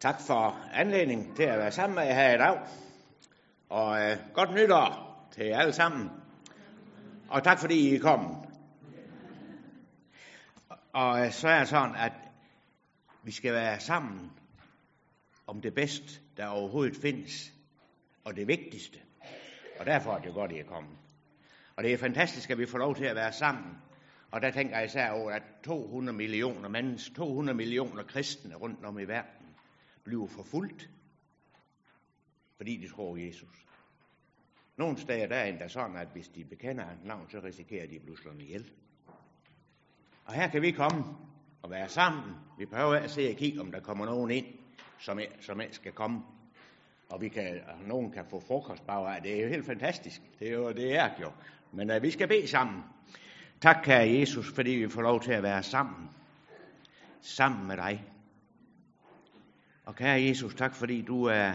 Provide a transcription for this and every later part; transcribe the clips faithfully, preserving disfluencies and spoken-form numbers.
Tak for anledningen til at være sammen med jer her i dag. Og øh, godt nytår til jer alle sammen. Og tak fordi I er kommet. Og øh, så er det sådan, at vi skal være sammen om det bedste, der overhovedet findes. Og det vigtigste. Og derfor er det jo godt, I er kommet. Og det er fantastisk, at vi får lov til at være sammen. Og der tænker jeg især over, at to hundrede millioner mennesker, to hundrede millioner kristne rundt om i verden, bliver forfulgt, fordi de tror Jesus. Nogle steder der er endda sådan, at hvis de bekender hans navn, så risikerer de at blive slået ihjel. Og her kan vi komme og være sammen. Vi prøver at se og kigge, om der kommer nogen ind, som, som skal komme. Og vi kan, og nogen kan få frokostbag af. Det er jo helt fantastisk. Det er jo det er jo. Men uh, vi skal bede sammen. Tak, kære Jesus, fordi vi får lov til at være sammen. Sammen med dig. Og kære Jesus, tak fordi du er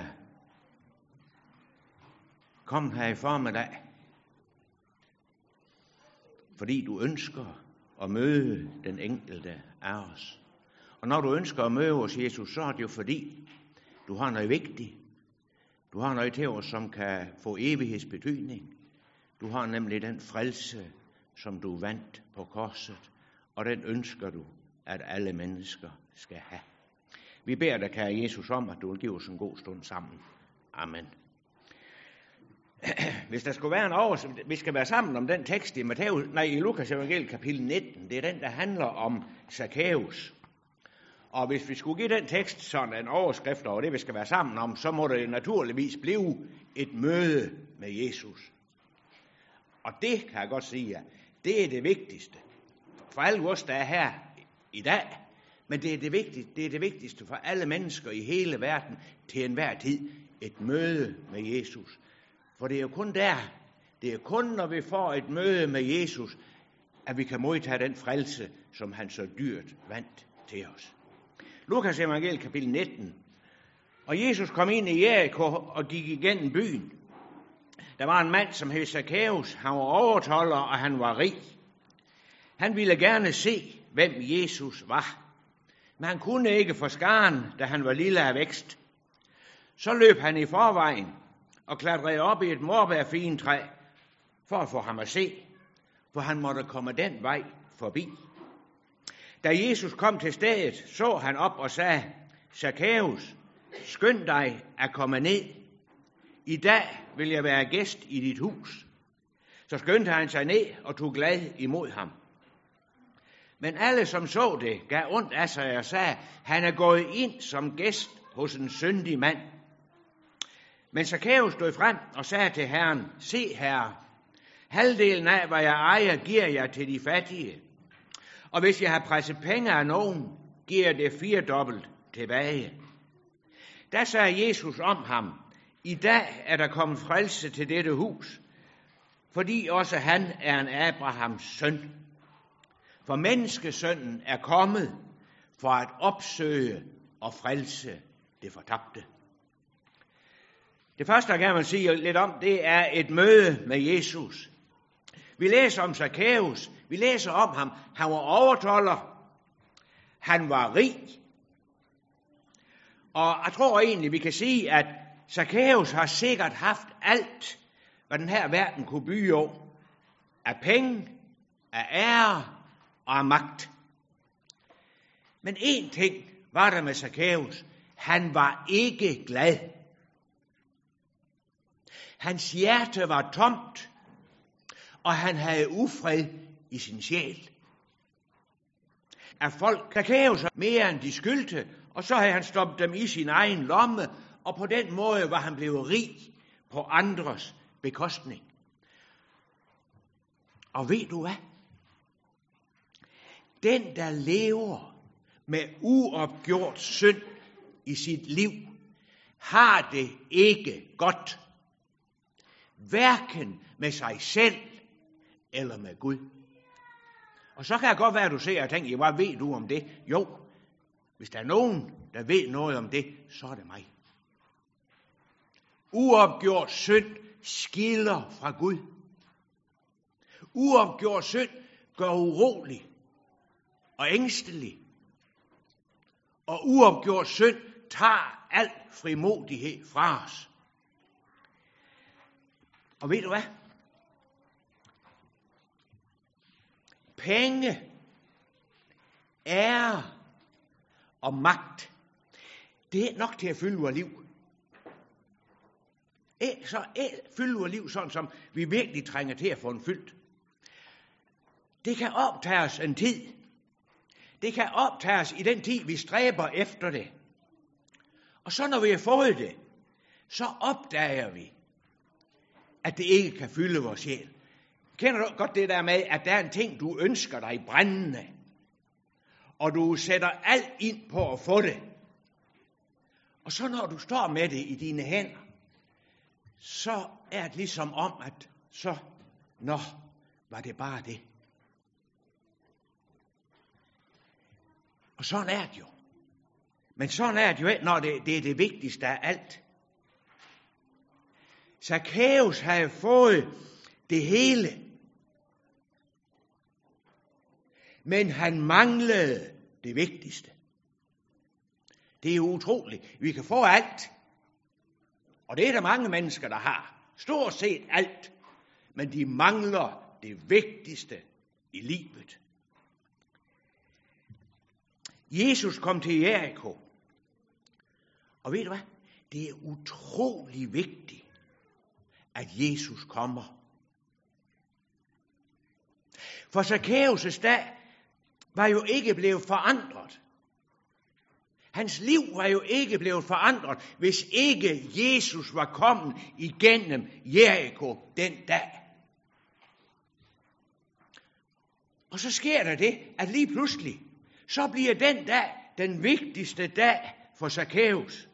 kommet her i formiddag. Fordi du ønsker at møde den enkelte af os. Og når du ønsker at møde os, Jesus, så er det jo fordi, du har noget vigtigt. Du har noget til os, som kan få evighedsbetydning. Du har nemlig den frelse, som du vandt på korset. Og den ønsker du, at alle mennesker skal have. Vi beder dig, kære Jesus, om, at du vil give os en god stund sammen. Amen. Hvis der skulle være en oversigt, vi skal være sammen om den tekst i, Matthæus, nej, i Lukas evangeliet kapitel nitten. Det er den, der handler om Zakæus. Og hvis vi skulle give den tekst sådan en overskrift over det, vi skal være sammen om, så må det naturligvis blive et møde med Jesus. Og det kan jeg godt sige jer, det er det vigtigste for alle os, der er her i dag. Men det er det, vigtigste, det er det vigtigste for alle mennesker i hele verden til enhver tid. Et møde med Jesus. For det er jo kun der, det er kun når vi får et møde med Jesus, at vi kan modtage den frelse, som han så dyrt vandt til os. Lukas evangeliet kapitel nitten. Og Jesus kom ind i Jericho og gik igennem byen. Der var en mand, som hed Zakæus. Han var overtolder, og han var rig. Han ville gerne se, hvem Jesus var. Men han kunne ikke få skaren, da han var lille af vækst. Så løb han i forvejen og klatrede op i et morbærfigentræ for at få ham at se, for han måtte komme den vej forbi. Da Jesus kom til stedet, så han op og sagde, Zakæus, skynd dig at komme ned. I dag vil jeg være gæst i dit hus. Så skyndte han sig ned og tog glad imod ham. Men alle, som så det, gav ondt af sig og sagde, han er gået ind som gæst hos en syndig mand. Men Zakæus stod frem og sagde til Herren, se herre, halvdelen af, hvad jeg ejer, giver jeg til de fattige. Og hvis jeg har presset penge af nogen, giver jeg det firedobbelt tilbage. Da sagde Jesus om ham, i dag er der kommet frelse til dette hus, fordi også han er en Abrahams søn. For menneskesønnen er kommet for at opsøge og frelse det fortabte. Det første, jeg gerne vil sige lidt om, det er et møde med Jesus. Vi læser om Zakæus. Vi læser om ham. Han var overtolder. Han var rig. Og jeg tror egentlig, vi kan sige, at Zakæus har sikkert haft alt, hvad den her verden kunne byde over. Af penge, af ære og af magt. Men én ting var der med Zakæus. Han var ikke glad. Hans hjerte var tomt, og han havde ufred i sin sjæl. At folk Zakæus mere end de skyldte, og så havde han stoppet dem i sin egen lomme, og på den måde var han blevet rig på andres bekostning. Og ved du hvad? Den, der lever med uopgjort synd i sit liv, har det ikke godt. Hverken med sig selv eller med Gud. Og så kan jeg godt være, at du ser og tænker, hvad ved du om det? Jo, hvis der er nogen, der ved noget om det, så er det mig. Uopgjort synd skiller fra Gud. Uopgjort synd gør urolig og ængstelig. Og uopgjort synd tager al frimodighed fra os. Og ved du hvad? Penge, ære og magt, det er nok til at fylde vores liv. Så fylde vores liv sådan, som vi virkelig trænger til at få en fyldt. Det kan optage os en tid. Det kan optage os i den tid, vi stræber efter det. Og så når vi har fået det, så opdager vi, at det ikke kan fylde vores sjæl. Kender du godt det der med, at der er en ting, du ønsker dig brændende, og du sætter alt ind på at få det. Og så når du står med det i dine hænder, så er det ligesom om, at så, nå, var det bare det. Og sådan er det jo. Men sådan er det jo ikke, når det, det er det vigtigste af alt. Zakæus havde fået det hele, men han manglede det vigtigste. Det er utroligt. Vi kan få alt, og det er der mange mennesker, der har. Stort set alt, men de mangler det vigtigste i livet. Jesus kom til Jericho, og ved du hvad? Det er utrolig vigtigt, at Jesus kommer. For Zakæus' dag var jo ikke blevet forandret. Hans liv var jo ikke blevet forandret, hvis ikke Jesus var kommet igennem Jericho den dag. Og så sker der det, at lige pludselig, så bliver den dag den vigtigste dag for Zakæus.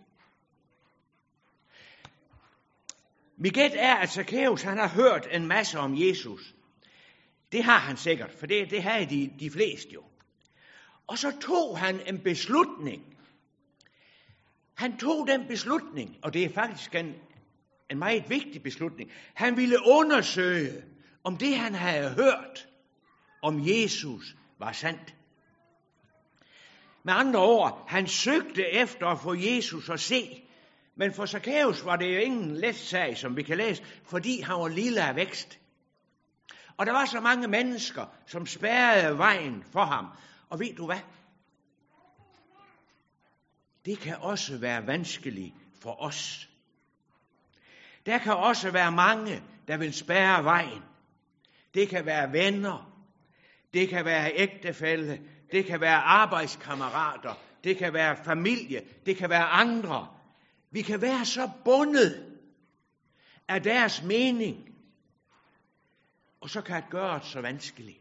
Mit gæt er, at Zakæus han har hørt en masse om Jesus. Det har han sikkert, for det, det har de, de fleste jo. Og så tog han en beslutning. Han tog den beslutning, og det er faktisk en, en meget vigtig beslutning. Han ville undersøge, om det han havde hørt om Jesus var sandt. Med andre ord, han søgte efter at få Jesus at se. Men for Zakæus var det jo ingen let sag, som vi kan læse, fordi han var lille af vækst. Og der var så mange mennesker, som spærrede vejen for ham. Og ved du hvad? Det kan også være vanskeligt for os. Der kan også være mange, der vil spærre vejen. Det kan være venner. Det kan være ægtefælle. Det kan være arbejdskammerater. Det kan være familie. Det kan være andre. Vi kan være så bundet af deres mening. Og så kan det gøre det så vanskeligt.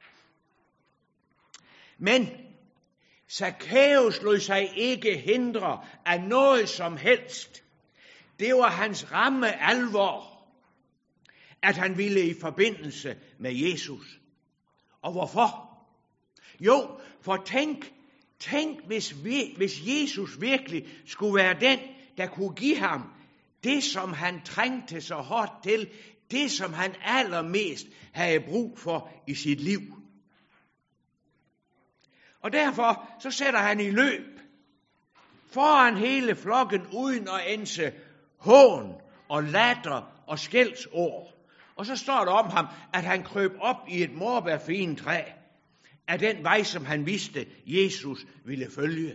Men Zakæus lod sig ikke hindre af noget som helst. Det var hans ramme alvor, at han ville i forbindelse med Jesus. Og hvorfor? Jo, for tænk, tænk hvis, vi, hvis Jesus virkelig skulle være den, der kunne give ham det, som han trængte så hårdt til, det, som han allermest havde brug for i sit liv. Og derfor så sætter han i løb foran hele flokken uden at ense hån og latter og skældsord. Og så står der om ham, at han krøb op i et morbærfintræ af den vej, som han vidste, Jesus ville følge.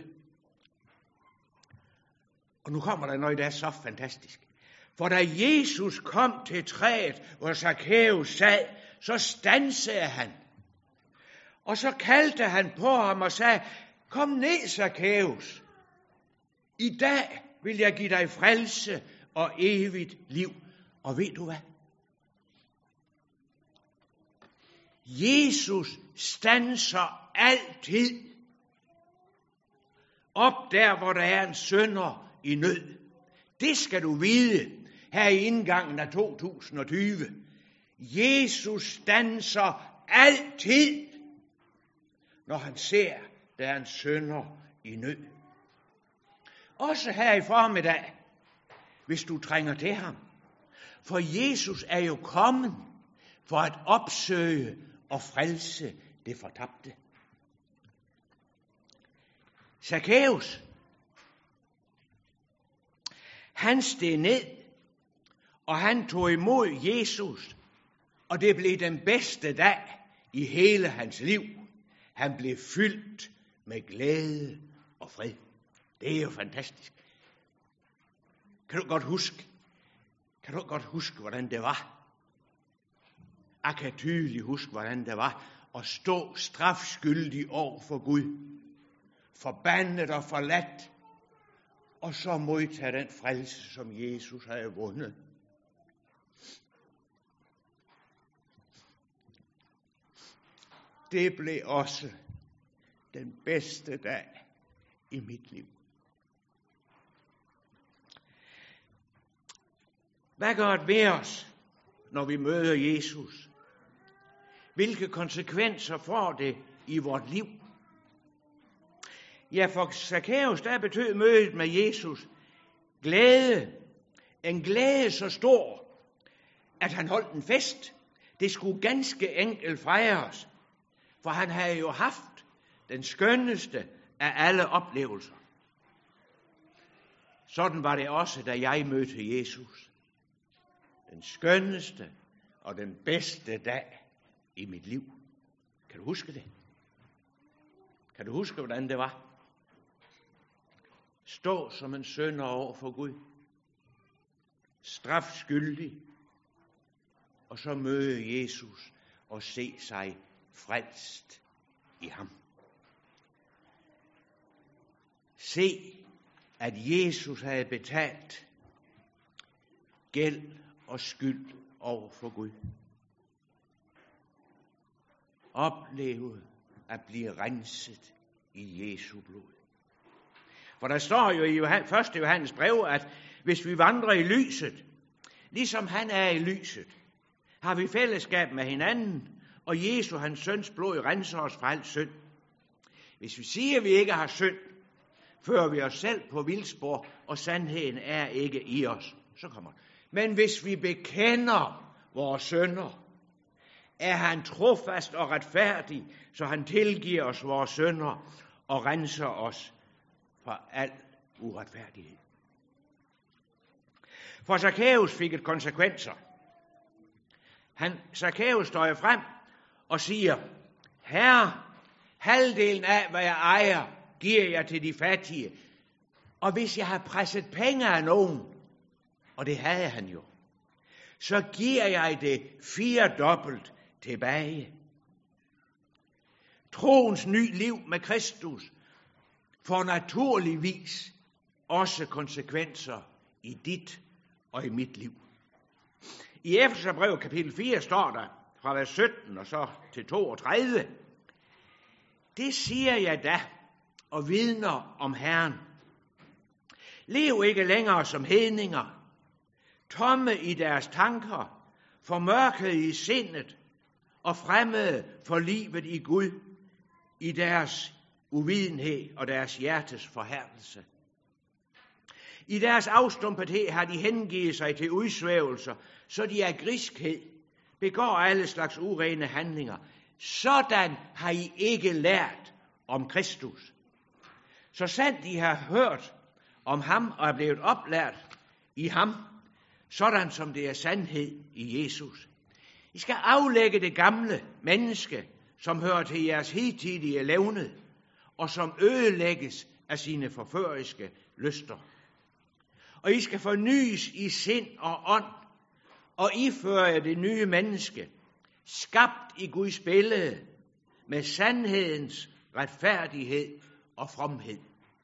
Og nu kommer der noget, der er så fantastisk. For da Jesus kom til træet, hvor Zakæus sad, så standsede han. Og så kaldte han på ham og sagde, kom ned, Zakæus. I dag vil jeg give dig frelse og evigt liv. Og ved du hvad? Jesus standser altid op der, hvor der er en synder i nød. Det skal du vide her i indgangen af to tusind og tyve. Jesus standser altid, når han ser, der er en synder i nød. Også her i formiddag, hvis du trænger til ham. For Jesus er jo kommet for at opsøge og frelse det fortabte. Zakæus, Han steg ned, og han tog imod Jesus, og det blev den bedste dag i hele hans liv. Han blev fyldt med glæde og fred. Det er jo fantastisk. Kan du godt huske, kan du godt huske, hvordan det var? Jeg kan tydeligt huske, hvordan det var at stå strafskyldig over for Gud, forbandet og forladt, og så modtage den frelse, som Jesus havde vundet. Det blev også den bedste dag i mit liv. Hvad gør det ved os, når vi møder Jesus? Hvilke konsekvenser får det i vort liv? Ja, for Zakæus, der betød mødet med Jesus glæde. En glæde så stor, at han holdt en fest. Det skulle ganske enkelt fejres, for han havde jo haft den skønneste af alle oplevelser. Sådan var det også, da jeg mødte Jesus. Den skønneste og den bedste dag i mit liv. Kan du huske det? Kan du huske, hvordan det var? Stå som en synder over for Gud. Strafskyldig. Og så møde Jesus og se sig frelst i ham. Se, at Jesus havde betalt gæld og skyld over for Gud. Opleve at blive renset i Jesu blod. For der står jo i første Johannes brev, at hvis vi vandrer i lyset, ligesom han er i lyset, har vi fællesskab med hinanden, og Jesu, hans søns blod, renser os fra al synd. Hvis vi siger, at vi ikke har synd, fører vi os selv på vildspor, og sandheden er ikke i os. Så kommer det. Men hvis vi bekender vores synder, er han trofast og retfærdig, så han tilgiver os vores synder og renser os fra al uretfærdighed. For Zakæus fik et konsekvenser. Han, Zakæus står frem og siger, Herre, halvdelen af, hvad jeg ejer, giver jeg til de fattige. Og hvis jeg har presset penge af nogen, og det havde han jo, så giver jeg det firedobbelt tilbage. Troens ny liv med Kristus får naturligvis også konsekvenser i dit og i mit liv. I Efeserbrevet kapitel fire står der fra vers sytten og så til toogtredive. Det siger jeg da og vidner om Herren. Lev ikke længere som hedninger, tomme i deres tanker, formørkede i sindet og fremmede for livet i Gud i deres uvidenhed og deres hjertes forhærdelse. I deres afstumpethed har de hengivet sig til udsvævelser, så de af griskhed begår alle slags urene handlinger. Sådan har I ikke lært om Kristus. Så sandt I har hørt om ham og er blevet oplært i ham, sådan som det er sandhed i Jesus. I skal aflægge det gamle menneske, som hører til jeres hidtidige levned, og som ødelægges af sine forføriske lyster. Og I skal fornyes i sind og ånd, og iføre jer det nye menneske, skabt i Guds billede, med sandhedens retfærdighed og fromhed.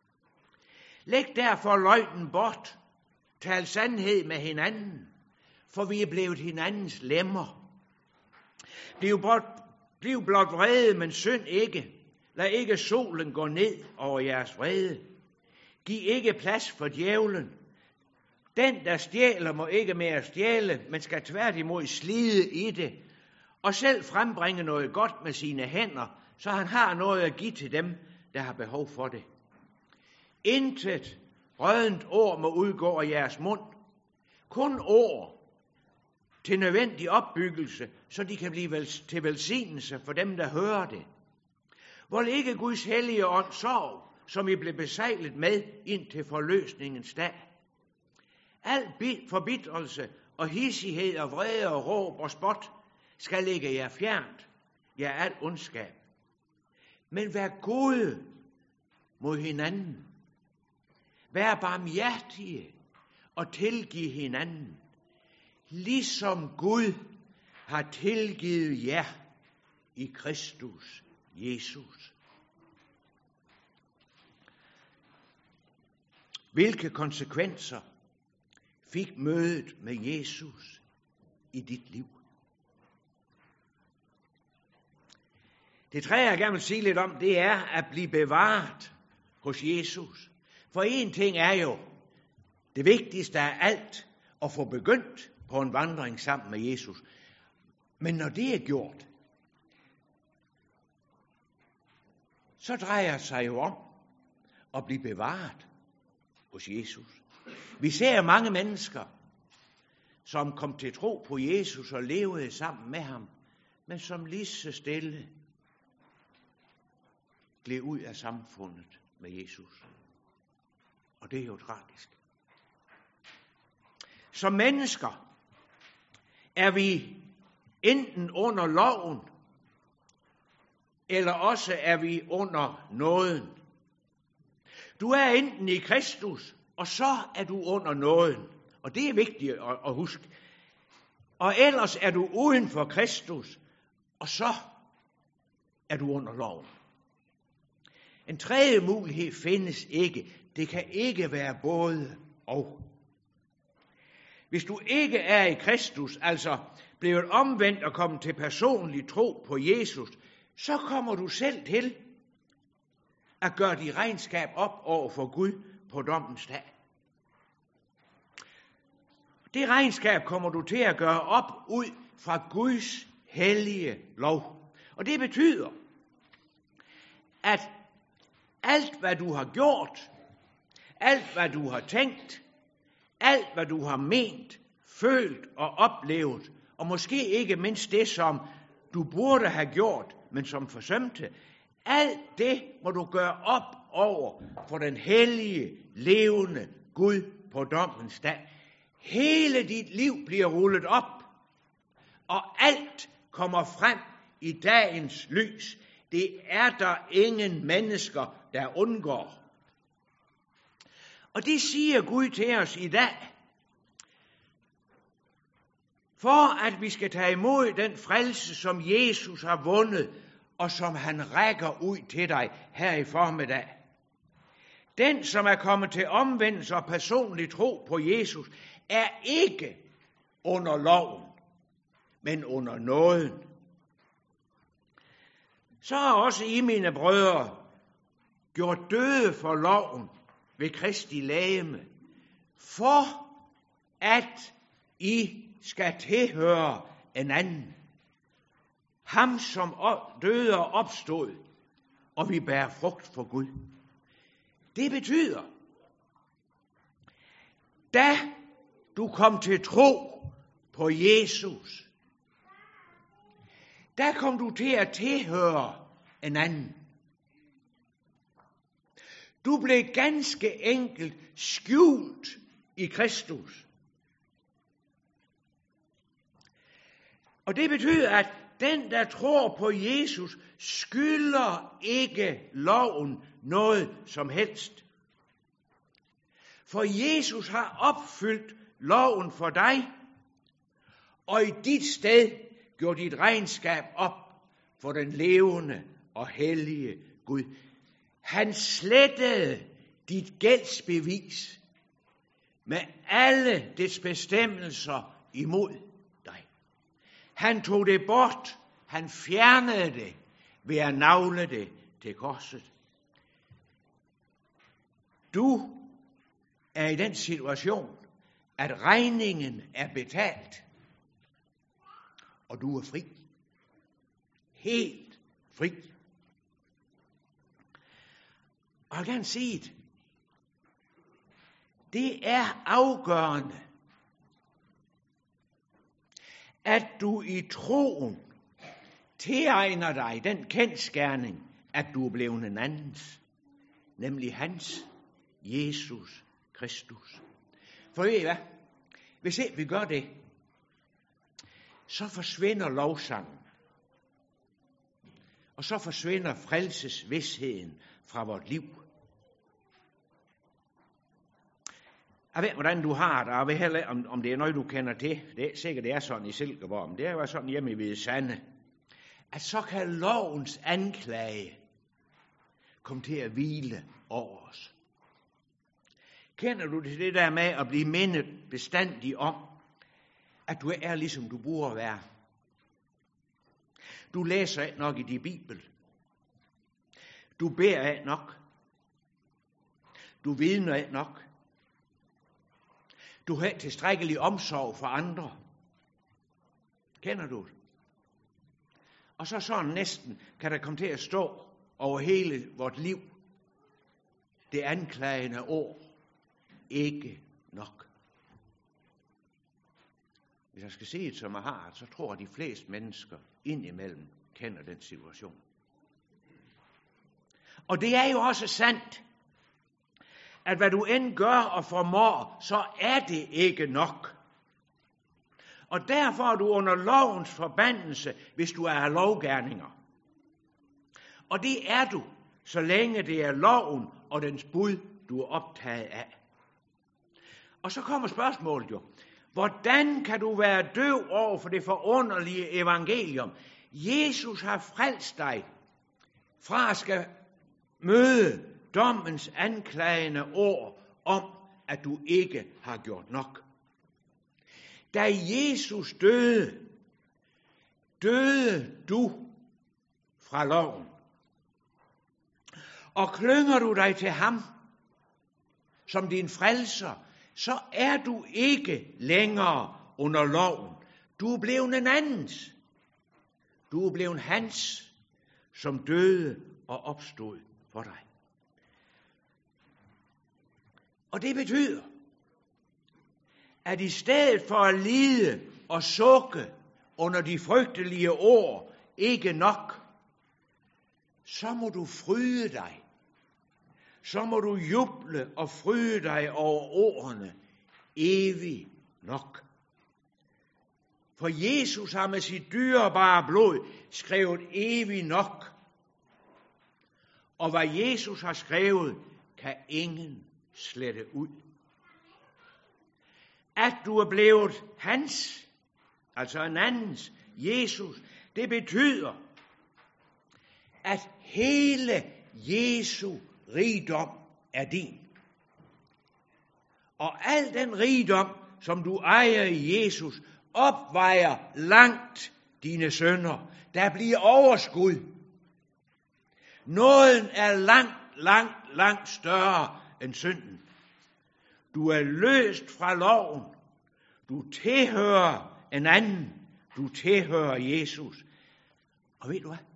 Læg derfor løgnen bort, tal sandhed med hinanden, for vi er blevet hinandens lemmer. Bliv blot, bliv blot vrede, men synd ikke. Lad ikke solen gå ned over jeres vrede. Giv ikke plads for djævlen. Den, der stjæler, må ikke mere stjæle, men skal tværtimod slide i det, og selv frembringe noget godt med sine hænder, så han har noget at give til dem, der har behov for det. Intet rødent ord må udgå af jeres mund, kun ord til nødvendig opbyggelse, så de kan blive til velsignelse for dem, der hører det. Vold ikke Guds hellige ånd sorg, som I blev besejlet med ind til forløsningens dag. Al forbitrelse og hissighed og vrede og råb og spot skal ligge jer fjernt, ja, al ondskab. Men vær gode mod hinanden. Vær barmhjertige og tilgiv hinanden, ligesom Gud har tilgivet jer i Kristus Jesus. Hvilke konsekvenser fik mødet med Jesus i dit liv? Det tredje, jeg gerne vil sige lidt om, det er at blive bevaret hos Jesus. For en ting er jo, det vigtigste af alt, at få begyndt på en vandring sammen med Jesus. Men når det er gjort, så drejer det sig jo om at blive bevaret hos Jesus. Vi ser mange mennesker, som kom til tro på Jesus og levede sammen med ham, men som lige så stille gled ud af samfundet med Jesus. Og det er jo tragisk. Som mennesker er vi enten under loven, eller også er vi under nåden. Du er enten i Kristus, og så er du under nåden. Og det er vigtigt at, at huske. Og ellers er du uden for Kristus, og så er du under loven. En tredje mulighed findes ikke. Det kan ikke være både og. Hvis du ikke er i Kristus, altså blevet omvendt og kommet til personlig tro på Jesus, så kommer du selv til at gøre dit regnskab op over for Gud på dommens dag. Det regnskab kommer du til at gøre op ud fra Guds hellige lov. Og det betyder, at alt hvad du har gjort, alt hvad du har tænkt, alt hvad du har ment, følt og oplevet, og måske ikke mindst det, som du burde have gjort, men som forsømte, alt det må du gøre op over for den hellige, levende Gud på dommens dag. Hele dit liv bliver rullet op, og alt kommer frem i dagens lys. Det er der ingen mennesker, der undgår. Og det siger Gud til os i dag, for at vi skal tage imod den frelse, som Jesus har vundet, og som han rækker ud til dig her i formiddag. Den, som er kommet til omvendelse og personlig tro på Jesus, er ikke under loven, men under nåden. Så er også I, mine brødre, gjort døde for loven ved Kristi legeme, for at I skal tilhøre en anden. Ham, som døde og opstod, og vi bærer frugt for Gud. Det betyder, da du kom til tro på Jesus, der kom du til at tilhøre en anden. Du blev ganske enkelt skjult i Kristus. Og det betyder, at den, der tror på Jesus, skylder ikke loven noget som helst. For Jesus har opfyldt loven for dig, og i dit sted gjort dit regnskab op for den levende og hellige Gud. Han slettede dit gældsbevis med alle dets bestemmelser imod dig. Han tog det bort, han fjernede det ved at nagle det til korset. Du er i den situation, at regningen er betalt, og du er fri. Helt fri. Og jeg kan gerne sige det. Det er afgørende, at du i troen tilegner dig den kendsgerning, at du er blevet en andens, nemlig hans, Jesus Kristus. For ved I hvad? Hvis ikke vi gør det, så forsvinder lovsangen. Og så forsvinder frelsesvidsheden fra vort liv. Jeg ved, hvordan du har det, og jeg ved heller om, om det er noget, du kender til. Det er sikkert, det er sådan i Silkeborg, men det er jo sådan hjemme i Hvide Sande, at så kan lovens anklage komme til at hvile over os. Kender du til det der med at blive mindet bestandig om, at du er ligesom du burde være? Du læser ikke nok i din Bibel. Du beder ikke nok. Du vidner ikke nok. Du har ikke tilstrækkelig omsorg for andre. Kender du det? Og så sådan næsten kan der komme til at stå over hele vort liv det anklagende ord. Ikke nok. Hvis jeg skal sige det, som jeg har, så tror jeg, at de fleste mennesker indimellem kender den situation. Og det er jo også sandt, at hvad du end gør og formår, så er det ikke nok. Og derfor er du under lovens forbandelse, hvis du er af lovgerninger. Og det er du, så længe det er loven og dens bud, du er optaget af. Og så kommer spørgsmålet jo. Hvordan kan du være døv over for det forunderlige evangelium? Jesus har frelst dig fra at skal møde dommens anklagende ord om, at du ikke har gjort nok. Da Jesus døde, døde du fra loven. Og klynger du dig til ham som din frelser, så er du ikke længere under loven. Du er blevet en andens. Du er blevet hans, som døde og opstod for dig. Og det betyder, at i stedet for at lide og sukke under de frygtelige ord, ikke nok, så må du fryde dig. Så må du juble og fryde dig over ordene, evig nok. For Jesus har med sit dyrebare blod skrevet evig nok. Og hvad Jesus har skrevet, kan ingen slette ud. At du er blevet hans, altså en andens, Jesus, det betyder, at hele Jesu rigdom er din. Og al den rigdom, som du ejer i Jesus, opvejer langt dine synder. Der bliver overskud. Nåden er langt, langt, langt større end synden. Du er løst fra loven. Du tilhører en anden. Du tilhører Jesus. Og ved du hvad?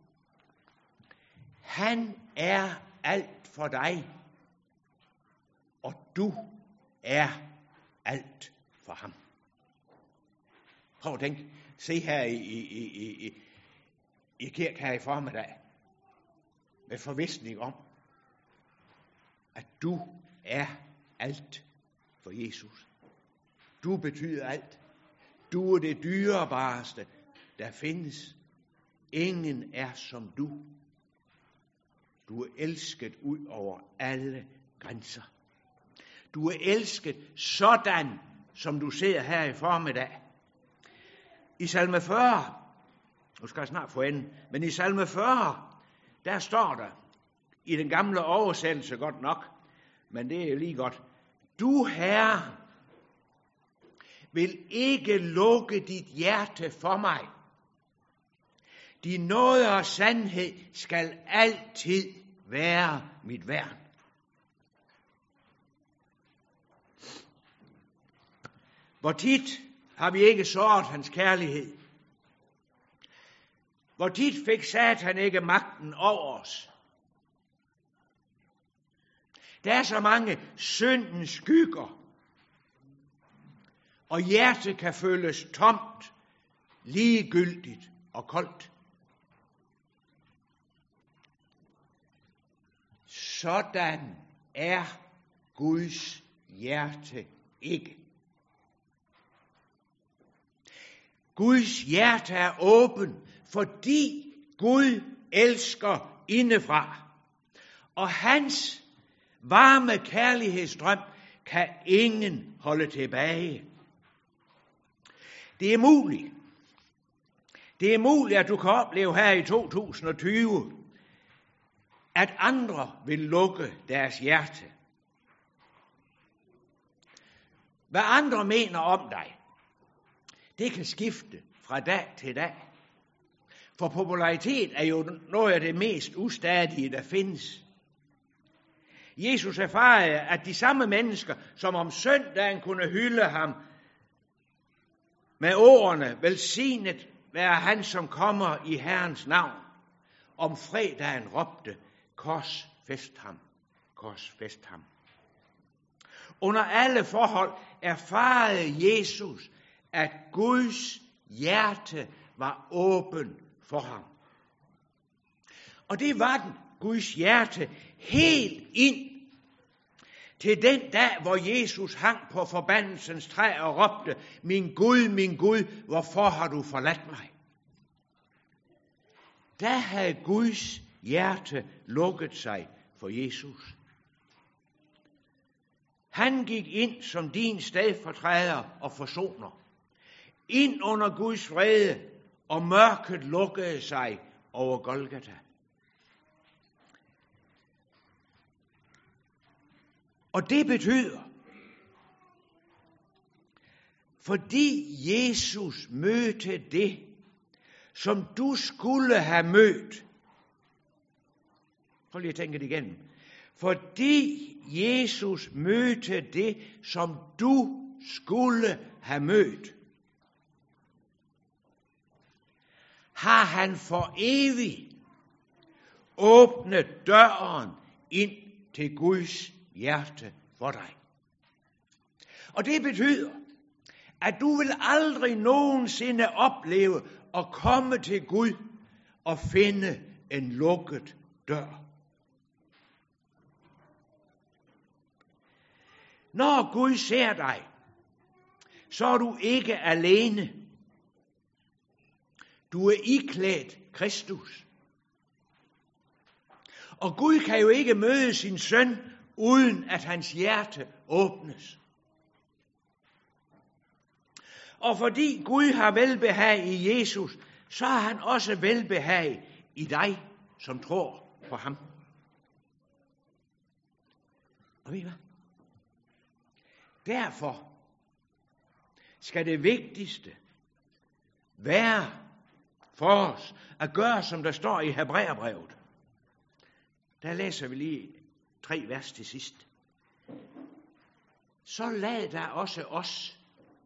Han er alt for dig. Og du er alt for ham. Prøv at tænke. Se her i, i, i, i, i kirke her i formiddag. Med forvisning om, at du er alt for Jesus. Du betyder alt. Du er det dyrebareste, der findes. Ingen er som du. Du er elsket ud over alle grænser. Du er elsket sådan, som du ser her i formiddag. I salme fyrre, nu skal jeg snart få enden, men i salme fyrre, der står der, i den gamle oversættelse godt nok, men det er lige godt. Du, Herre, vil ikke lukke dit hjerte for mig. Din nåde og sandhed skal altid være mit værn. Hvor tit har vi ikke såret hans kærlighed? Hvor tit fik Satan ikke magten over os? Der er så mange syndens skygger, og hjertet kan føles tomt, ligegyldigt og koldt. Sådan er Guds hjerte ikke. Guds hjerte er åben, fordi Gud elsker indefra. Og hans varme kærlighedsstrøm kan ingen holde tilbage. Det er muligt. Det er muligt, at du kan opleve her i to tusind og tyve, at andre vil lukke deres hjerte. Hvad andre mener om dig, det kan skifte fra dag til dag. For popularitet er jo noget af det mest ustadige, der findes. Jesus erfarede, at de samme mennesker, som om søndagen kunne hylde ham med ordene, velsignet være han, som kommer i Herrens navn, om fredagen råbte, korsfæst ham, korsfæst ham. Under alle forhold erfarede Jesus, at Guds hjerte var åben for ham. Og det var den, Guds hjerte, helt ind til den dag, hvor Jesus hang på forbandelsens træ og råbte, min Gud, min Gud, hvorfor har du forladt mig? Der havde Guds hjerte lukket sig for Jesus. Han gik ind som din stedfortræder og forsoner. Ind under Guds vrede, og mørket lukkede sig over Golgata. Og det betyder, fordi Jesus mødte det, som du skulle have mødt. Prøv lige at tænke det igennem. Fordi Jesus mødte det, som du skulle have mødt, har han for evigt åbnet døren ind til Guds hjerte for dig. Og det betyder, at du vil aldrig nogensinde opleve at komme til Gud og finde en lukket dør. Når Gud ser dig, så er du ikke alene. Du er iklædt Kristus. Og Gud kan jo ikke møde sin søn, uden at hans hjerte åbnes. Og fordi Gud har velbehag i Jesus, så har han også velbehag i dig, som tror på ham. Og ved I hvad? Derfor skal det vigtigste være for os at gøre, som der står i Hebræerbrevet. Der læser vi lige tre vers til sidst. Så lad der også os,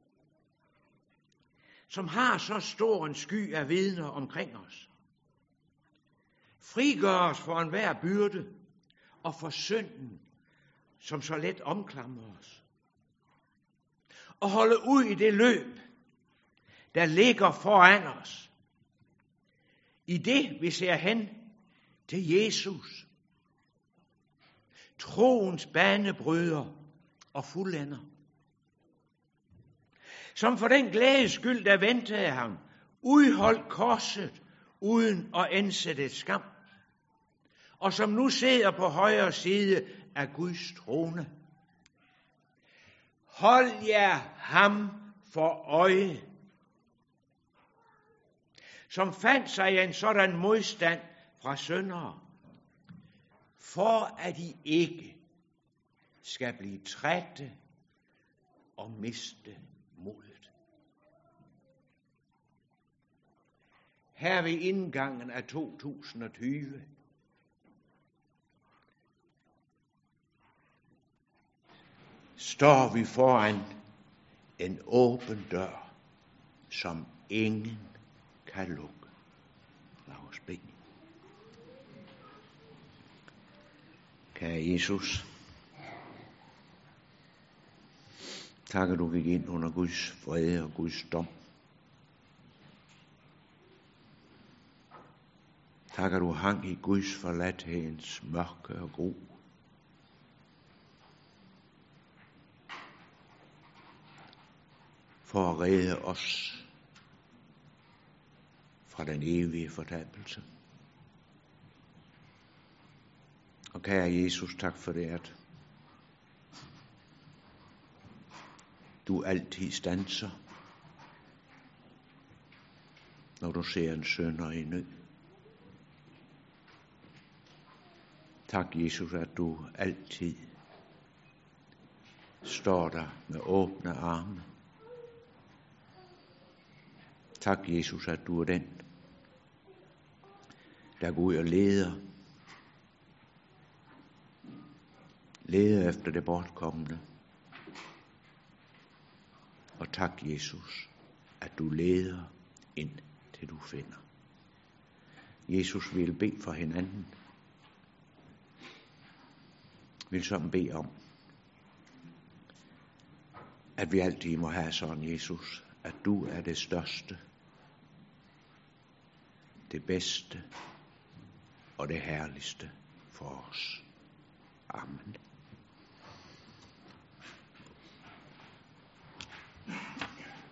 som har så stor en sky af vidner omkring os, frigør os for enhver byrde og for synden, som så let omklamrer os. Og holde ud i det løb, der ligger foran os. I det vi ser hen til Jesus, troens banebryder og fuldender, som for den glædes skyld, der ventede ham, udholdt korset uden at ansætte skam, og som nu sidder på højre side af Guds trone. Hold jer ham for øje, som fandt sig i en sådan modstand fra syndere, for at I ikke skal blive trætte og miste modet. Her ved indgangen af to tusind og tyve står vi foran en åben dør, som ingen kan lukke. Lad os bede. Kære Jesus, tak at du gik ind under Guds vrede og Guds dom. Tak at du hang i Guds forladthedens mørke og gru. For at redde os fra den evige fortabelse. Og kære Jesus, tak for det, at du altid standser, når du ser en synder i nød. Tak, Jesus, at du altid står der med åbne arme. Tak, Jesus, at du er den, der går ud og leder. Leder efter det bortkomne. Og tak, Jesus, at du leder ind til du finder. Jesus vil bede for hinanden. Vil sådan bede om, at vi altid må have sådan, Jesus, at du er det største, det bedste og det herligste for os. Amen.